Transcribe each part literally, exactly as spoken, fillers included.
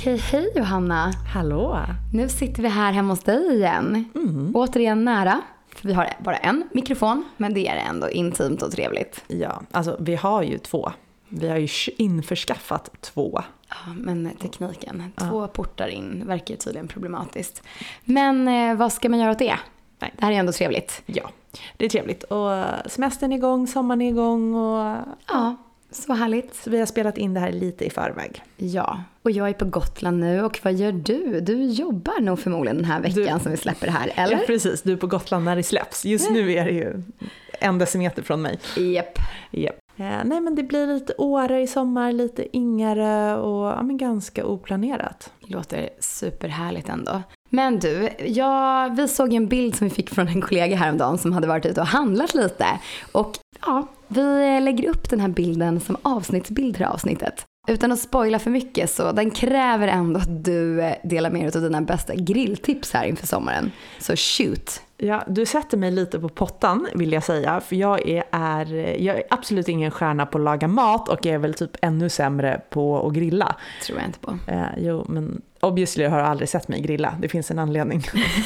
Hej, hej Johanna. Hallå. Nu sitter vi här hemma hos dig igen. Mm. Återigen nära. För vi har bara en mikrofon, men det är ändå intimt och trevligt. Ja, alltså vi har ju två. Vi har ju införskaffat två. Ja, men tekniken. Två ja. portar in verkar tydligen problematiskt. Men eh, vad ska man göra åt det? Nej. Det här är ändå trevligt. Ja, det är trevligt. Och semestern är igång, sommaren är igång och... Ja, så härligt. Så vi har spelat in det här lite i förväg. Ja, och jag är på Gotland nu. Och vad gör du? Du jobbar nog förmodligen den här veckan du... som vi släpper det här, eller? Ja, precis. Du är på Gotland när det släpps. Just nu är det ju en decimeter från mig. Japp. Japp. Ja, nej, men det blir lite Åre i sommar, lite Ingare och ja, men ganska oplanerat. Låter superhärligt ändå. Men du, ja, vi såg en bild som vi fick från en kollega häromdagen som hade varit ute och handlat lite. Och ja, vi lägger upp den här bilden som avsnittsbild till avsnittet. Utan att spoila för mycket så den kräver ändå att du delar med dig av dina bästa grilltips här inför sommaren. Så shoot! Ja, du sätter mig lite på pottan vill jag säga. För jag är, är, jag är absolut ingen stjärna på att laga mat och jag är väl typ ännu sämre på att grilla. Tror jag inte på. Eh, jo, men obviously har jag aldrig sett mig grilla. Det finns en anledning.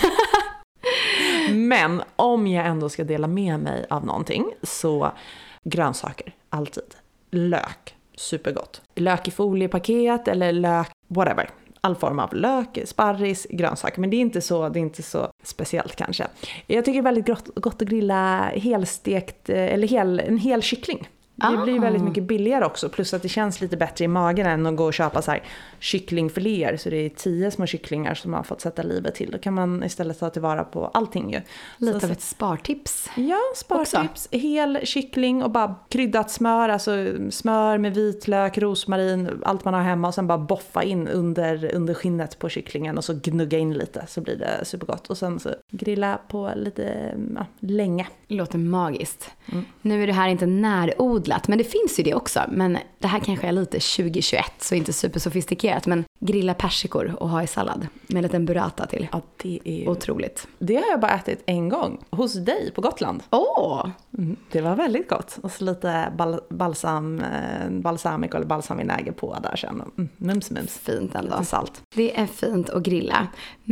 Men om jag ändå ska dela med mig av någonting så grönsaker, alltid. Lök, supergott. Lök i foliepaket eller lök, whatever. All form av lök, sparris, grönsaker. Men det är inte så, det är inte så speciellt kanske. Jag tycker det är väldigt gott, gott att grilla helstekt, eller hel, en hel kyckling. Det ah. blir väldigt mycket billigare också. Plus att det känns lite bättre i magen än att gå och köpa så här kycklingfiléer. Så det är tio små kycklingar som man har fått sätta livet till. Då kan man istället ta tillvara på allting ju. Lite så, av ett spartips. Ja, spartips. Också. Hel kyckling och bara kryddat smör. Alltså smör med vitlök, rosmarin, allt man har hemma. Och sen bara boffa in under, under skinnet på kycklingen. Och så gnugga in lite så blir det supergott. Och sen så grilla på lite ja, länge. Det låter magiskt. Mm. Nu är det här inte närodlat. Men det finns ju det också. Men det här kanske är lite tjugo tjugoett. Så inte supersofistikerat. Men grilla persikor och ha i sallad. Med en liten burrata till. Ja, det är otroligt. Det har jag bara ätit en gång. Hos dig på Gotland. Åh! Mm, det var väldigt gott. Och så lite bal- balsam, balsamico eller balsamvinäger på där sen. Mm, mums, mums. Fint ändå. Lite salt. Det är fint att grilla.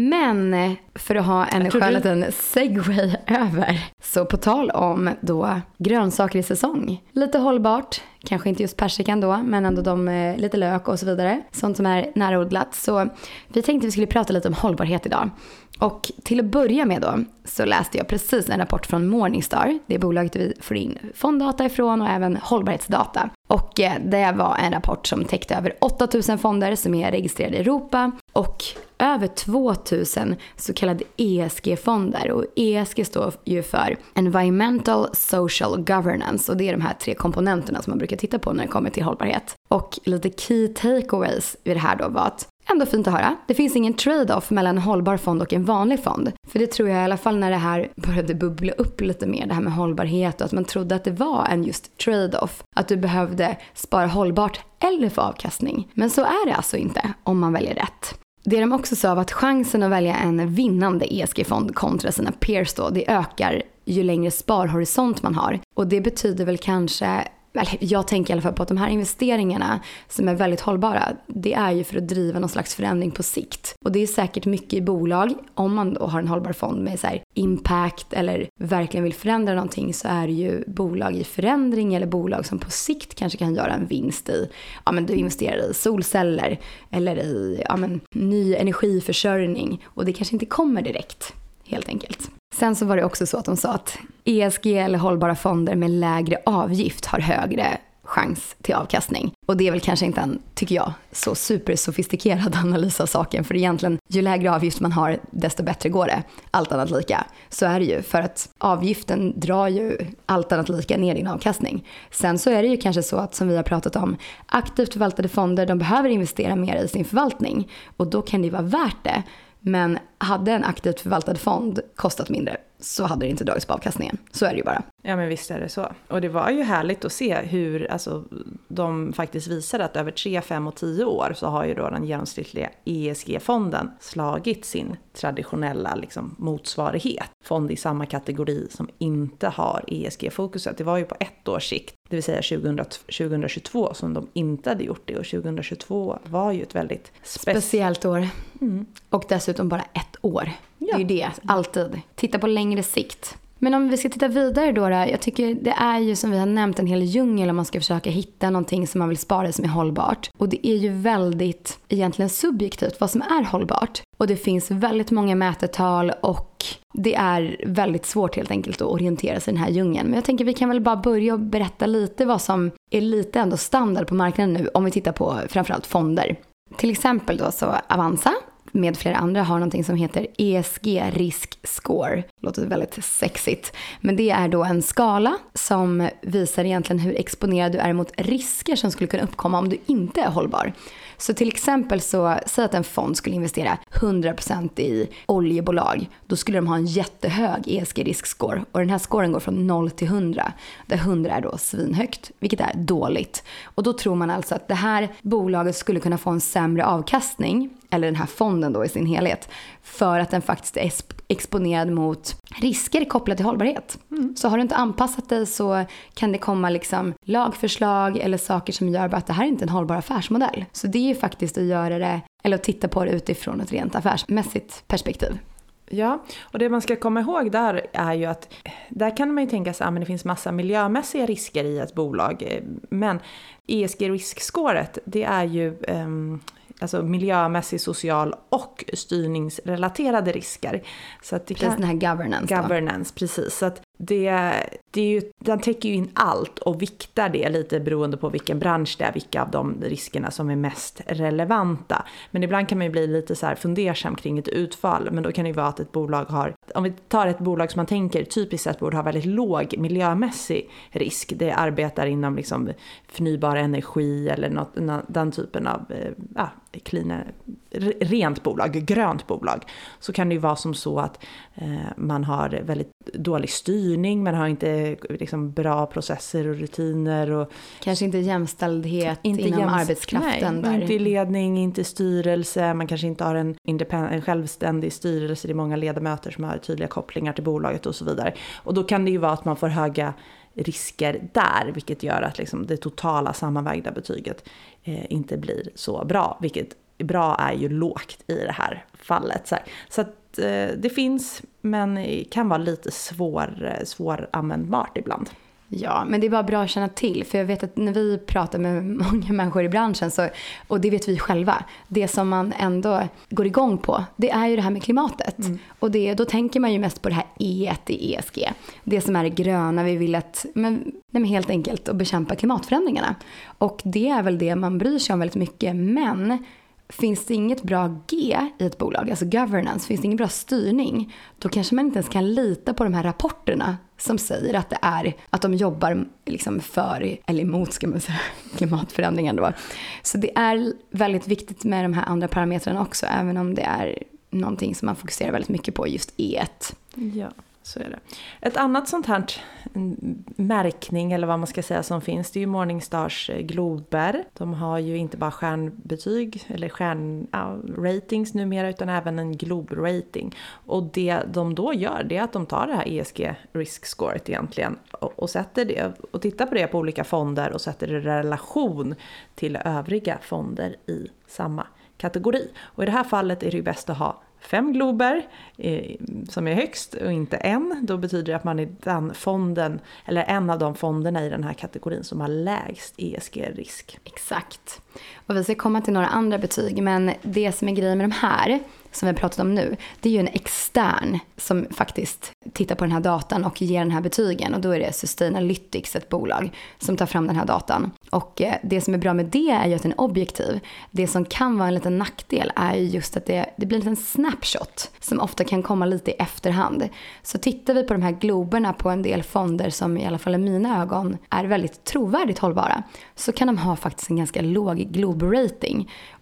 Men för att ha en skön liten segway över. Så på tal om då grönsaker i säsong. Lite hållbart. Kanske inte just persikan då, men ändå de, lite lök och så vidare. Sånt som är närodlat. Så vi tänkte vi skulle prata lite om hållbarhet idag. Och till att börja med då så läste jag precis en rapport från Morningstar. Det är bolaget vi får in fonddata ifrån och även hållbarhetsdata. Och det var en rapport som täckte över åtta tusen fonder som är registrerade i Europa. Och över två tusen så kallade E S G-fonder. Och E S G står ju för Environmental Social Governance. Och det är de här tre komponenterna som man brukar titta på när det kommer till hållbarhet. Och lite key takeaways i det här då var att ändå fint att höra. Det finns ingen trade-off mellan en hållbar fond och en vanlig fond. För det tror jag i alla fall när det här började bubbla upp lite mer, det här med hållbarhet och att man trodde att det var en just trade-off. Att du behövde spara hållbart eller få avkastning. Men så är det alltså inte om man väljer rätt. Det de också sa var att chansen att välja en vinnande E S G-fond kontra sina peers då, det ökar ju längre sparhorisont man har. Och det betyder väl kanske... Jag tänker i alla fall på att de här investeringarna som är väldigt hållbara, det är ju för att driva någon slags förändring på sikt. Och det är säkert mycket i bolag, om man då har en hållbar fond med så här impact eller verkligen vill förändra någonting, så är det ju bolag i förändring eller bolag som på sikt kanske kan göra en vinst i, ja men du investerar i solceller eller i ja men, ny energiförsörjning och det kanske inte kommer direkt. Helt enkelt. Sen så var det också så att de sa att E S G eller hållbara fonder med lägre avgift har högre chans till avkastning. Och det är väl kanske inte en, tycker jag, så supersofistikerad analys av saken. För egentligen, ju lägre avgift man har, desto bättre går det. Allt annat lika. Så är det ju. För att avgiften drar ju allt annat lika ner din avkastning. Sen så är det ju kanske så att, som vi har pratat om, aktivt förvaltade fonder, de behöver investera mer i sin förvaltning. Och då kan det ju vara värt det. Men hade en aktivt förvaltad fond kostat mindre så hade det inte dragits på avkastningen. Så är det ju bara. Ja, men visst är det så. Och det var ju härligt att se hur alltså, de faktiskt visade att över tre, fem och tio år så har ju då den genomsnittliga E S G-fonden slagit sin traditionella liksom, motsvarighet. Fond i samma kategori som inte har E S G-fokuset. Det var ju på ett års sikt, det vill säga tjugo tjugohundratjugotvå som de inte hade gjort det. Och tjugohundratjugotvå var ju ett väldigt spe- speciellt år. Mm. Och dessutom bara ett år. Ja. Det är ju det, alltid. Titta på längre sikt. Men om vi ska titta vidare då, då, jag tycker det är ju som vi har nämnt en hel djungel om man ska försöka hitta någonting som man vill spara som är hållbart. Och det är ju väldigt egentligen subjektivt vad som är hållbart. Och det finns väldigt många mätetal och det är väldigt svårt helt enkelt att orientera sig i den här djungeln. Men jag tänker vi kan väl bara börja och berätta lite vad som är lite ändå standard på marknaden nu om vi tittar på framförallt fonder. Till exempel då så Avanza med flera andra har någonting som heter E S G Risk Score. Låter väldigt sexigt. Men det är då en skala som visar egentligen hur exponerad du är mot risker som skulle kunna uppkomma om du inte är hållbar. Så till exempel så, säg att en fond skulle investera hundra procent i oljebolag. Då skulle de ha en jättehög E S G-riskscore. Och den här scoren går från noll till hundra. Där hundra är då svinhögt, vilket är dåligt. Och då tror man alltså att det här bolaget skulle kunna få en sämre avkastning, eller den här fonden då i sin helhet, för att den faktiskt är exponerad mot risker kopplat till hållbarhet. Mm. Så har du inte anpassat dig så kan det komma liksom lagförslag eller saker som gör att det här är inte en hållbar affärsmodell. Så det är ju faktiskt att göra det, eller att titta på det utifrån ett rent affärsmässigt perspektiv. Ja, och det man ska komma ihåg där är ju att där kan man ju tänka sig att det finns massa miljömässiga risker i ett bolag. Men E S G-riskscoret, det är ju um, alltså miljömässig, social och styrningsrelaterade risker. Så att det kan, den här governance. Governance, då. Precis. Så att det, det är ju, den täcker ju in allt och viktar det lite beroende på vilken bransch det är, vilka av de riskerna som är mest relevanta. Men ibland kan man ju bli lite så här fundersam kring ett utfall, men då kan det ju vara att ett bolag har, om vi tar ett bolag som man tänker typiskt sett borde ha väldigt låg miljömässig risk, det arbetar inom liksom förnybar energi eller något, den typen av ja, clean, rent bolag, grönt bolag, så kan det ju vara som så att eh, man har väldigt dålig styrning, man har inte liksom bra processer och rutiner och kanske inte jämställdhet inte inom jämst- arbetskraften. Nej, där. Inte i ledning, inte i styrelse, man kanske inte har en, independ- en självständig styrelse, det är många ledamöter som har tydliga kopplingar till bolaget och så vidare. Och då kan det ju vara att man får höga risker där, vilket gör att liksom det totala sammanvägda betyget eh, inte blir så bra, vilket bra är ju lågt i det här fallet. Så, här. så att eh, det finns, men kan vara lite svår, svåranvändbart ibland. Ja, men det är bara bra att känna till. För jag vet att när vi pratar med många människor i branschen, så, och det vet vi själva, det som man ändå går igång på, det är ju det här med klimatet. Mm. Och det, då tänker man ju mest på det här E i E S G. Det som är det gröna, vi vill att, men, nej men helt enkelt att bekämpa klimatförändringarna. Och det är väl det man bryr sig om väldigt mycket, men finns det inget bra G i ett bolag, alltså governance, finns det ingen bra styrning, då kanske man inte ens kan lita på de här rapporterna som säger att det är att de jobbar liksom för eller emot, ska man säga, klimatförändringen då. Så det är väldigt viktigt med de här andra parametrarna också, även om det är någonting som man fokuserar väldigt mycket på, just E ett. Ja. Så är det. Ett annat sånt här märkning eller vad man ska säga som finns, det är ju Morningstars glober. De har ju inte bara stjärnbetyg eller stjärnratings ja, numera, utan även en globrating. Och det de då gör, det är att de tar det här E S G-riskscoret egentligen och, och sätter det och tittar på det på olika fonder och sätter det i relation till övriga fonder i samma kategori. Och i det här fallet är det ju bäst att ha fem glober eh, som är högst och inte en. Då betyder det att man är den fonden, eller en av de fonderna i den här kategorin som har lägst E S G-risk. Exakt. Och vi ska komma till några andra betyg, men det som är grejen med de här som vi har pratat om nu, det är ju en extern som faktiskt tittar på den här datan och ger den här betygen, och då är det Sustainalytics, ett bolag som tar fram den här datan. Och det som är bra med det är ju att den är objektiv. Det som kan vara en liten nackdel är ju just att det, det blir en liten snapshot som ofta kan komma lite i efterhand. Så tittar vi på de här globerna på en del fonder som i alla fall i mina ögon är väldigt trovärdigt hållbara, så kan de ha faktiskt en ganska låg globrating.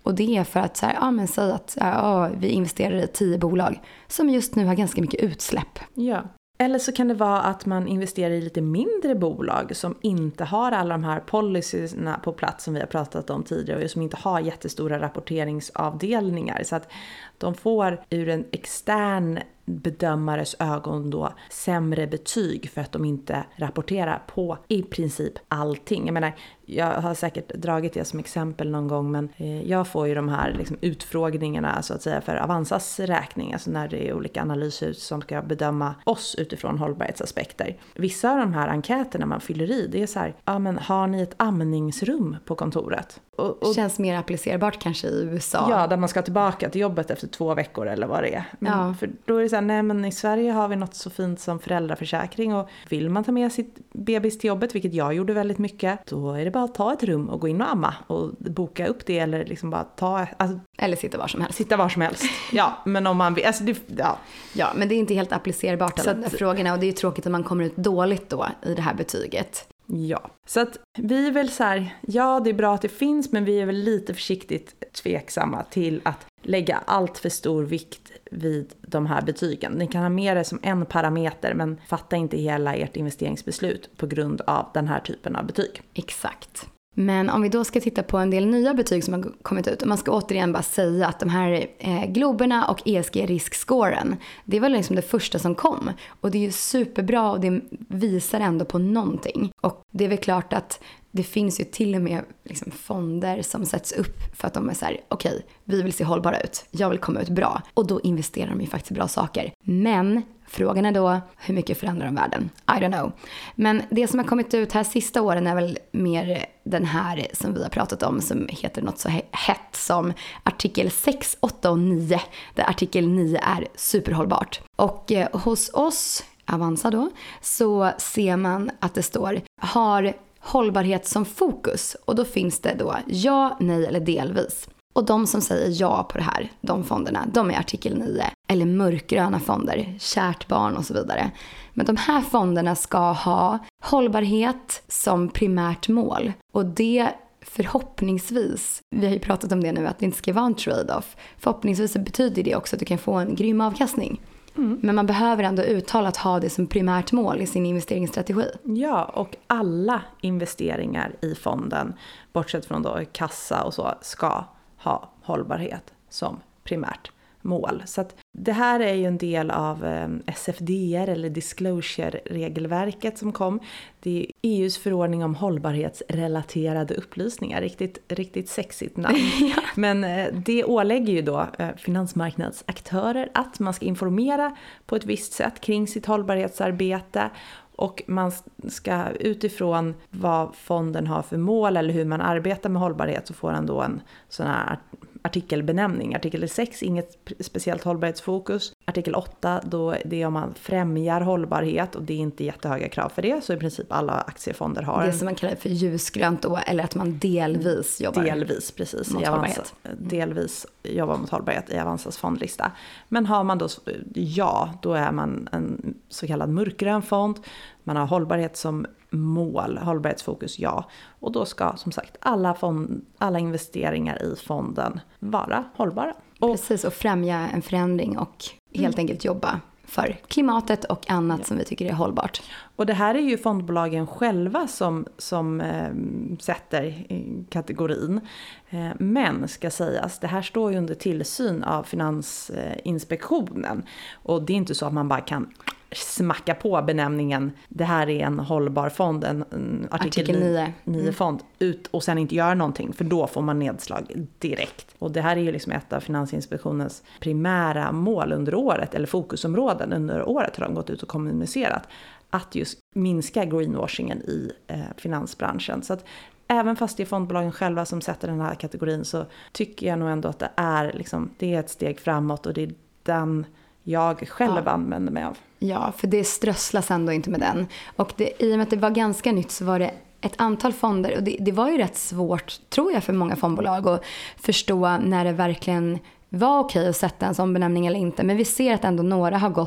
Och det är för att så här, ja, men säg att ja, vi investerar i tio bolag som just nu har ganska mycket utsläpp. Ja. Eller så kan det vara att man investerar i lite mindre bolag som inte har alla de här policierna på plats som vi har pratat om tidigare och som inte har jättestora rapporteringsavdelningar. Så att de får ur en extern bedömares ögon då sämre betyg för att de inte rapporterar på i princip allting. Jag menar, jag har säkert dragit det som exempel någon gång, men jag får ju de här liksom utfrågningarna så att säga för Avanzas räkning, alltså när det är olika analyshus som ska bedöma oss utifrån hållbarhetsaspekter. Vissa av de här enkäterna man fyller i, det är så här, ja men har ni ett amningsrum på kontoret? Och, och, känns mer applicerbart kanske i U S A. Ja, där man ska tillbaka till jobbet efter två veckor eller vad det är. Men ja. För då är det så här, nej men i Sverige har vi något så fint som föräldraförsäkring och vill man ta med sitt bebis till jobbet, vilket jag gjorde väldigt mycket, då är det bara att ta ett rum och gå in och amma och boka upp det eller liksom bara ta... Alltså, eller sitta var som helst. Sitta var som helst, ja. Men om man vill... Alltså, det, ja. ja, men det är inte helt applicerbart alla att, frågorna och det är ju tråkigt att man kommer ut dåligt då i det här betyget. Ja, så att vi är väl så här, ja det är bra att det finns, men vi är väl lite försiktigt tveksamma till att lägga allt för stor vikt vid de här betygen. Ni kan ha med det som en parameter, men fatta inte hela ert investeringsbeslut på grund av den här typen av betyg. Exakt. Men om vi då ska titta på en del nya betyg som har kommit ut, och man ska återigen bara säga att de här eh, globerna och E S G-riskscoren, det var liksom det första som kom. Och det är ju superbra och det visar ändå på någonting. Och det är väl klart att det finns ju till och med liksom fonder som sätts upp för att de är så här, okej, okay, vi vill se hållbara ut, jag vill komma ut bra. Och då investerar de ju faktiskt i bra saker. Men frågan är då, hur mycket förändrar de världen? I don't know. Men det som har kommit ut här sista åren är väl mer den här som vi har pratat om som heter något så hett som artikel sex, åtta och nio. Där artikel nio är superhållbart. Och eh, hos oss, Avanza då, så ser man att det står har hållbarhet som fokus. Och då finns det då ja, nej eller delvis. Och de som säger ja på det här, de fonderna, de är artikel nio. Eller mörkgröna fonder, kärt barn och så vidare. Men de här fonderna ska ha hållbarhet som primärt mål. Och det förhoppningsvis, vi har ju pratat om det nu, att det inte ska vara en trade-off. Förhoppningsvis betyder det också att du kan få en grym avkastning. Mm. Men man behöver ändå uttalat ha det som primärt mål i sin investeringsstrategi. Ja, och alla investeringar i fonden, bortsett från då kassa och så, ska ha hållbarhet som primärt mål. Så att det här är ju en del av S F D R eller disclosure-regelverket som kom. Det är E U:s förordning om hållbarhetsrelaterade upplysningar. Riktigt, riktigt sexigt namn. Ja. Men det ålägger ju då finansmarknadsaktörer att man ska informera på ett visst sätt kring sitt hållbarhetsarbete. Och man ska utifrån vad fonden har för mål eller hur man arbetar med hållbarhet så får den då en sån här artikelbenämning. Artikel sex, inget speciellt hållbarhetsfokus. Artikel åtta, då det är om man främjar hållbarhet och det är inte jättehöga krav för det. Så i princip alla aktiefonder har det som man kallar för ljusgrönt då, eller att man delvis jobbar delvis, precis, mot i Avanza, hållbarhet. Delvis jobbar mot hållbarhet i Avanzas fondlista. Men har man då ja, då är man en så kallad mörkgrön fond. Man har hållbarhet som mål, hållbarhetsfokus ja. Och då ska som sagt alla, fond, alla investeringar i fonden vara hållbara. Och, Precis, och främja en förändring och helt mm. enkelt jobba för klimatet och annat ja. som vi tycker är hållbart. Och det här är ju fondbolagen själva som, som eh, sätter kategorin. Eh, men ska sägas, det här står ju under tillsyn av Finansinspektionen. Och det är inte så att man bara kan smacka på benämningen det här är en hållbar fond, en, en artikel nio fond ut och sen inte göra någonting, för då får man nedslag direkt. Och det här är ju liksom ett av Finansinspektionens primära mål under året, eller fokusområden under året har de gått ut och kommunicerat, att just minska greenwashingen i eh, finansbranschen. Så att även fast det är fondbolagen själva som sätter den här kategorin så tycker jag nog ändå att det är, liksom, det är ett steg framåt och det är den jag själv ja. använder mig av. Ja, för det strösslas ändå inte med den. Och det, i och med att det var ganska nytt så var det ett antal fonder. Och det, det var ju rätt svårt, tror jag, för många fondbolag att förstå när det verkligen var okej att sätta en sån benämning eller inte. Men vi ser att ändå några har gått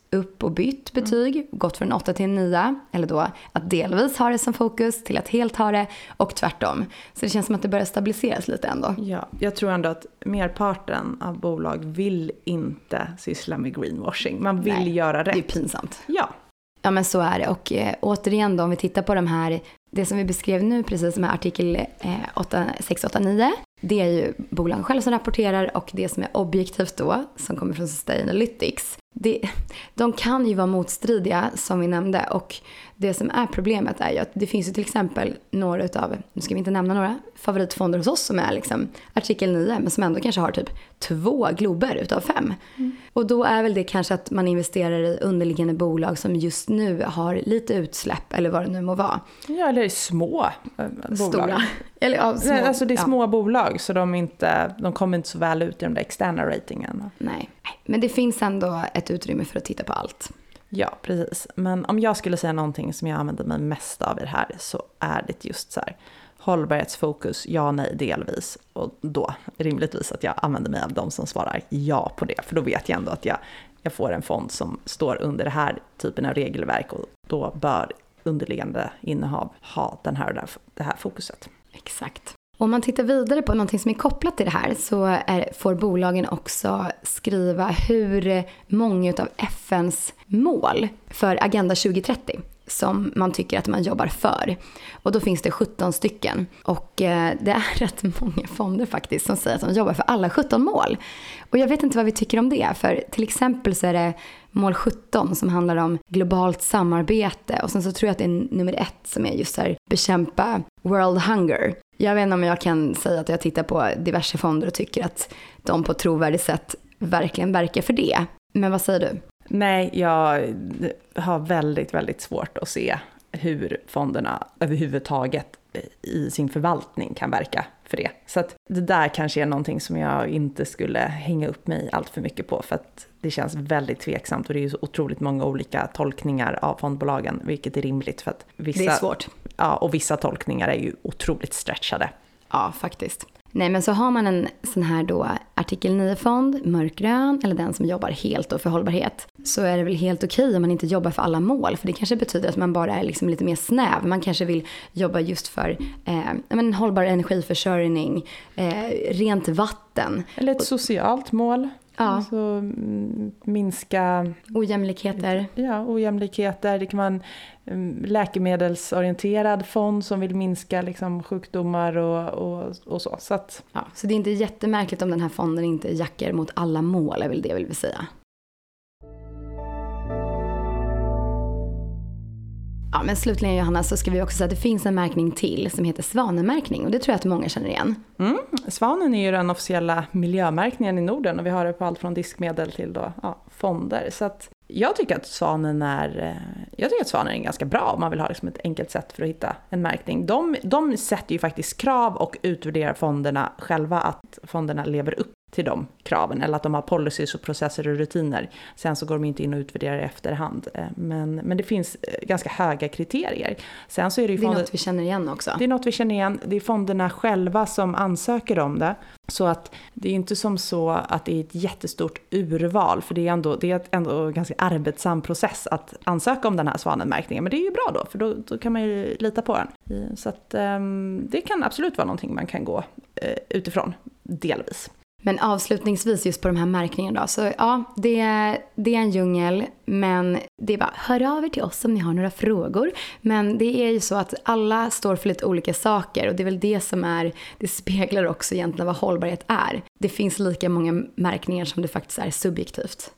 upp och bytt betyg, mm. gått från åtta till nio, eller då att delvis ha det som fokus till att helt ha det och tvärtom. Så det känns som att det börjar stabiliseras lite ändå. Ja, jag tror ändå att merparten av bolag vill inte syssla med greenwashing. Man vill Nej, göra rätt. Det är pinsamt. Ja. Ja, men så är det. Och eh, återigen då, om vi tittar på de här, det som vi beskrev nu precis som är artikel eh, sex åtta nio, det är ju bolagen själva som rapporterar, och det som är objektivt då, som kommer från Sustainalytics, det, de kan ju vara motstridiga som vi nämnde, och det som är problemet är ju att det finns ju till exempel några utav, nu ska vi inte nämna några, favoritfonder hos oss som är liksom artikel nio, men som ändå kanske har typ två glober utav fem. Mm. Och då är väl det kanske att man investerar i underliggande bolag som just nu har lite utsläpp, eller vad det nu må vara. Ja, eller små äh, bolag. Stora. Eller, ja, små, Nej, alltså det är ja. små bolag, så de, inte, de kommer inte så väl ut i de där externa ratingarna. Nej, men det finns ändå ett utrymme för att titta på allt. Ja, precis. Men om jag skulle säga någonting som jag använder mig mest av i det här, så är det just så här: hållbarhetsfokus, ja, nej, delvis. Och då rimligtvis att jag använder mig av de som svarar ja på det. För då vet jag ändå att jag, jag får en fond som står under det här typen av regelverk, och då bör underliggande innehav ha den här, det här fokuset. Exakt. Om man tittar vidare på någonting som är kopplat till det här, så är, får bolagen också skriva hur många av F N:s mål för Agenda tjugo trettio som man tycker att man jobbar för. Och då finns det sjutton stycken. Och eh, det är rätt många fonder faktiskt som säger att de jobbar för alla sjutton mål. Och jag vet inte vad vi tycker om det. För till exempel så är det mål sjutton som handlar om globalt samarbete. Och sen så tror jag att det är nummer ett som är just här bekämpa world hunger. Jag vet inte om jag kan säga att jag tittar på diverse fonder och tycker att de på ett trovärdigt sätt verkligen verkar för det. Men vad säger du? Nej, jag har väldigt, väldigt svårt att se hur fonderna överhuvudtaget i sin förvaltning kan verka för det. Så att det där kanske är någonting som jag inte skulle hänga upp mig allt för mycket på, för att det känns väldigt tveksamt, och det är ju så otroligt många olika tolkningar av fondbolagen, vilket är rimligt för att vissa, det är svårt. Ja, och vissa tolkningar är ju otroligt stretchade. Ja, faktiskt. Nej, men så har man en sån här då artikel nio-fond, mörkgrön, eller den som jobbar helt då för hållbarhet, så är det väl helt okej om man inte jobbar för alla mål. För det kanske betyder att man bara är liksom lite mer snäv. Man kanske vill jobba just för eh, men hållbar energiförsörjning, eh, rent vatten. Eller ett socialt mål. Ja. Alltså, minska ojämlikheter. Ja, ojämlikheter. Det kan vara en um, läkemedelsorienterad fond som vill minska liksom, sjukdomar och, och, och så. Så, att... ja, så det är inte jättemärkligt om den här fonden inte jackar mot alla mål, är väl det jag vill säga. Ja, men slutligen Johanna, så ska vi också säga att det finns en märkning till som heter Svanenmärkning, och det tror jag att många känner igen. Mm. Svanen är ju den officiella miljömärkningen i Norden, och vi har det på allt från diskmedel till då, ja, fonder. Så att jag tycker att Svanen är, jag tycker att Svanen är ganska bra om man vill ha liksom ett enkelt sätt för att hitta en märkning. De, de sätter ju faktiskt krav och utvärderar fonderna själva, att fonderna lever upp till de kraven, eller att de har policies och processer och rutiner. Sen så går de inte in och utvärderar i efterhand. Men, men det finns ganska höga kriterier. Sen så är det, ju fonder... det är något vi känner igen också. Det är något vi känner igen. Det är fonderna själva som ansöker om det. Så att det är inte som så att det är ett jättestort urval, för det är ändå, det är ändå en ganska arbetsam process att ansöka om den här svanenmärkningen. Men det är ju bra då, för då, då kan man ju lita på den. Så att um, det kan absolut vara någonting man kan gå uh, utifrån, delvis. Men avslutningsvis just på de här märkningarna då, så ja, det, det är en djungel, men det är bara, hör av er till oss om ni har några frågor. Men det är ju så att alla står för lite olika saker, och det är väl det som är, det speglar också egentligen vad hållbarhet är. Det finns lika många märkningar som det faktiskt är subjektivt.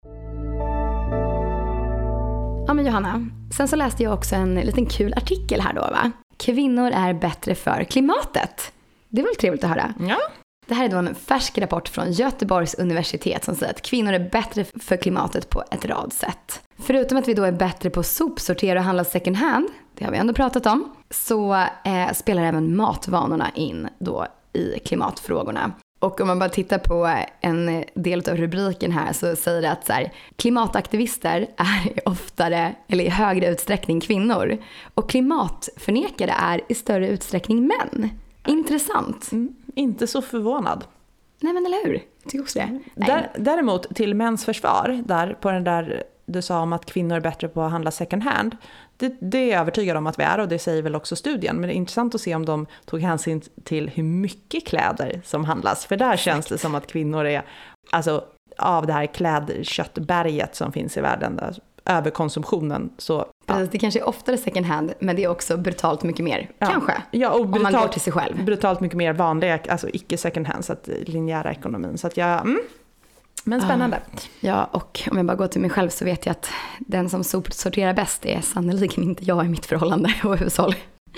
Ja, men Johanna, sen så läste jag också en liten kul artikel här då, va? Kvinnor är bättre för klimatet. Det var väl trevligt att höra. Ja. Det här är då en färsk rapport från Göteborgs universitet som säger att kvinnor är bättre för klimatet på ett rad sätt. Förutom att vi då är bättre på sopsortera och handla second hand, det har vi ändå pratat om, så eh, spelar även matvanorna in då i klimatfrågorna. Och om man bara tittar på en del av rubriken här, så säger det att så här, klimataktivister är oftare eller i högre utsträckning kvinnor, och klimatförnekare är i större utsträckning män. Intressant. Mm, inte så förvånad. Nej, men eller hur? Jag tycker också det. Där, däremot till mäns försvar, där på den där du sa om att kvinnor är bättre på att handla second hand. Det, det är jag övertygad om att vi är, och det säger väl också studien. Men det är intressant att se om de tog hänsyn till hur mycket kläder som handlas. För där känns det som att kvinnor är, alltså av det här klädköttberget som finns i världen, där, överkonsumtionen. Så, ja. Det kanske är oftare second hand, men det är också brutalt mycket mer, ja. kanske. Ja, och brutalt, om man går till sig själv. Brutalt mycket mer vanliga, alltså icke second hand, så att linjära ekonomin. Så att jag... Mm. Men spännande. Uh, ja, och om jag bara går till mig själv så vet jag att den som sorterar bäst är sannoliken inte jag i mitt förhållande och hushåll.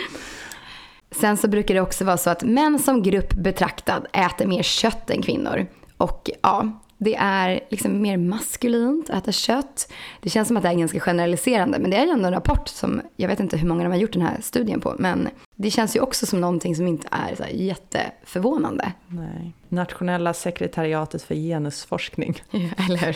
Sen så brukar det också vara så att män som grupp betraktad äter mer kött än kvinnor. Och ja, det är liksom mer maskulint att äta kött. Det känns som att det är ganska generaliserande, men det är ju ändå en rapport som, jag vet inte hur många de har gjort den här studien på, men det känns ju också som någonting som inte är så här jätteförvånande. Nej. Nationella sekretariatet för genusforskning. Ja, eller hur?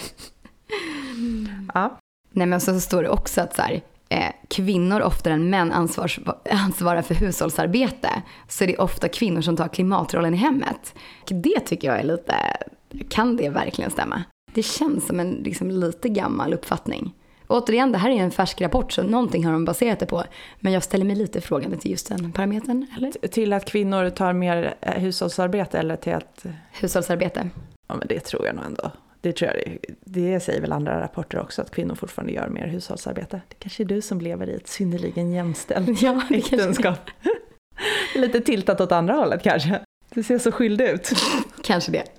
Ja. Nej, men så står det också att så här, eh, kvinnor oftare än män ansvars, ansvarar för hushållsarbete. Så det är ofta kvinnor som tar klimatrollen i hemmet. Och det tycker jag är lite... Kan det verkligen stämma? Det känns som en liksom, lite gammal uppfattning. Och återigen, det här är en färsk rapport, så någonting har de baserat det på. Men jag ställer mig lite frågande till just den parametern, eller? Till att kvinnor tar mer hushållsarbete eller till att... Hushållsarbete. Ja, men det tror jag nog ändå. Det tror jag det, det säger väl andra rapporter också, att kvinnor fortfarande gör mer hushållsarbete. Det kanske är du som lever i ett synnerligen jämställt ja, äktenskap. Lite tiltat åt andra hållet kanske. Det ser så skyldig ut. Kanske det.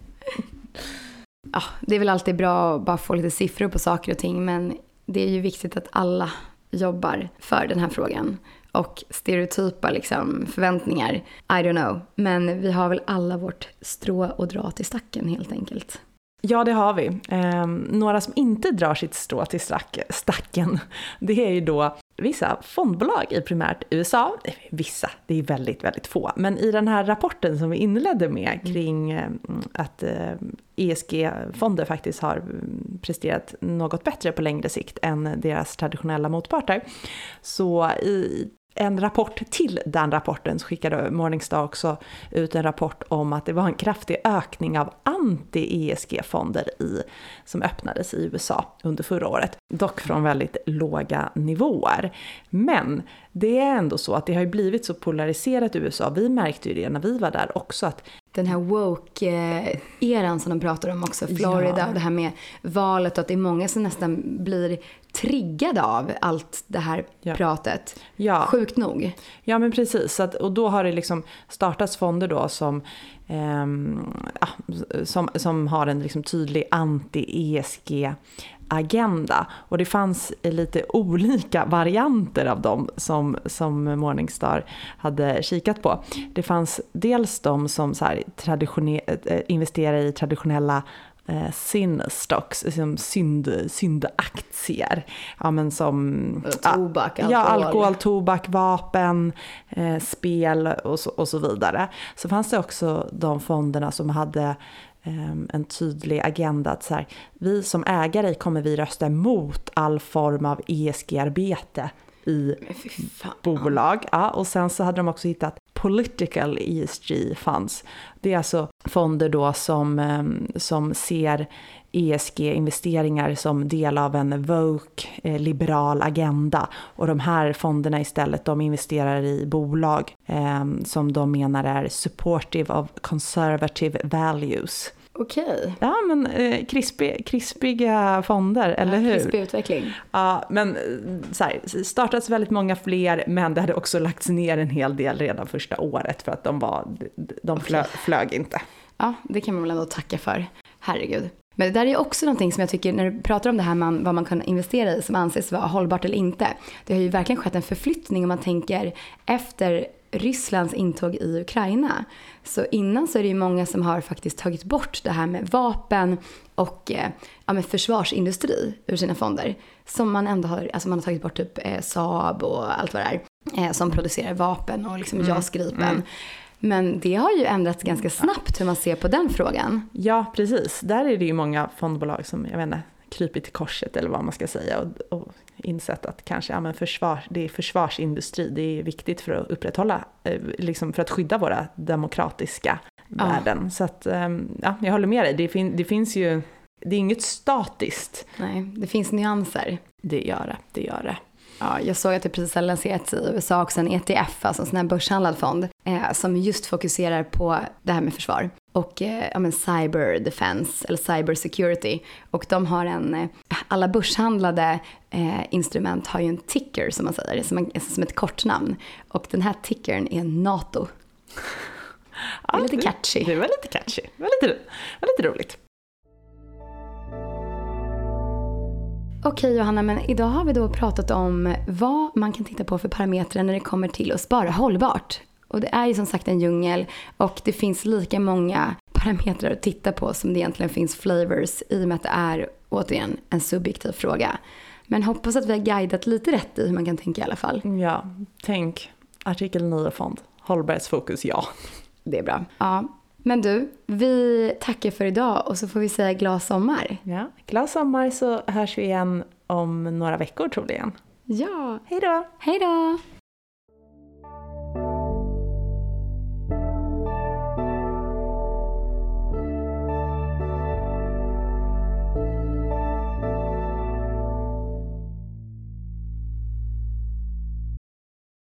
Ja, det är väl alltid bra att bara få lite siffror på saker och ting, men det är ju viktigt att alla jobbar för den här frågan. Och stereotypa liksom, förväntningar, I don't know. Men vi har väl alla vårt strå att dra till stacken helt enkelt. Ja, det har vi. Eh, några som inte drar sitt strå till stack, stacken, det är ju då vissa fondbolag i primärt U S A. Vissa, det är väldigt, väldigt få. Men i den här rapporten som vi inledde med kring eh, att eh, E S G-fonder faktiskt har presterat något bättre på längre sikt än deras traditionella motparter. Så i en rapport till den rapporten så skickade Morningstar också ut en rapport om att det var en kraftig ökning av anti-E S G-fonder i, som öppnades i U S A under förra året. Dock från väldigt låga nivåer. Men det är ändå så att det har ju blivit så polariserat i U S A. Vi märkte ju det när vi var där också, att den här woke-eran som de pratar om också, Florida, ja. Och det här med valet, och att det är många som nästan blir triggade av allt det här ja. pratet. Ja. Sjukt nog. Ja, men precis. Så att, och då har det liksom startats fonder då som, eh, ja, som, som har en liksom tydlig anti-E S G-agenda. Och det fanns lite olika varianter av dem som, som Morningstar hade kikat på. Det fanns dels de som så här, traditione- investerar i traditionella Eh, sin-stocks, som synd, syndaktier. Ja, men som tobak, alkohol. Ja, alkohol, tobak, vapen, eh, spel och så, och så vidare. Så fanns det också de fonderna som hade eh, en tydlig agenda att så här, vi som ägare kommer vi rösta emot all form av E S G-arbete i bolag. Ja, och sen så hade de också hittat political E S G funds. Det är alltså fonder då som, som ser E S G-investeringar som del av en woke, eh, liberal agenda. Och de här fonderna istället, de investerar i bolag eh, som de menar är supportive of conservative values. Okej. Ja, men eh, krispig, krispiga fonder, ja, eller hur? Krispig utveckling. Ja, men så här, startats väldigt många fler, men det hade också lagts ner en hel del redan första året för att de, var, de flö, okay. flög inte. Ja, det kan man väl ändå tacka för. Herregud. Men det där är också någonting som jag tycker, när du pratar om det här man, vad man kan investera i som anses vara hållbart eller inte. Det har ju verkligen skett en förflyttning om man tänker efter Rysslands intåg i Ukraina. Så innan så är det ju många som har faktiskt tagit bort det här med vapen och eh, ja, med försvarsindustri ur sina fonder. Som man ändå har, alltså man har tagit bort typ eh, Saab och allt vad det är eh, som producerar vapen och liksom mm. JAS-gripen. Mm. Men det har ju ändrats ganska snabbt hur man ser på den frågan. Ja, precis. Där är det ju många fondbolag som, jag vet inte, kryper till korset eller vad man ska säga och, och insett att kanske ja, men försvar, det är försvarsindustri, det är viktigt för att upprätthålla, eh, liksom för att skydda våra demokratiska ja. värden. Så att, eh, ja, jag håller med dig. Det, fin- det finns ju det är inget statiskt. Nej, det finns nyanser. Det gör det, det gör det. Ja, jag såg att det precis har lanserats i U S A också en E T F, alltså en sån här börshandlad fond, eh, som just fokuserar på det här med försvar. Och eh, ja, men cyber defense eller cyber security. Och de har en, eh, alla börshandlade eh, instrument har ju en ticker som man säger, som, en, som ett kortnamn. Och den här tickern är NATO. Det är Ja, lite catchy. Det var lite catchy, det var lite, det var lite roligt. Okej Johanna, men idag har vi då pratat om vad man kan titta på för parametrar när det kommer till att spara hållbart. Och det är ju som sagt en djungel och det finns lika många parametrar att titta på som det egentligen finns flavors i och med att det är återigen en subjektiv fråga. Men hoppas att vi har guidat lite rätt i hur man kan tänka i alla fall. Ja, tänk artikel nio fond, hållbarhetsfokus, ja. Det är bra. Ja. Men du, vi tackar för idag och så får vi säga glad sommar. Ja, glad sommar, så hörs vi igen om några veckor troligen. Ja. Hej då! Hej då!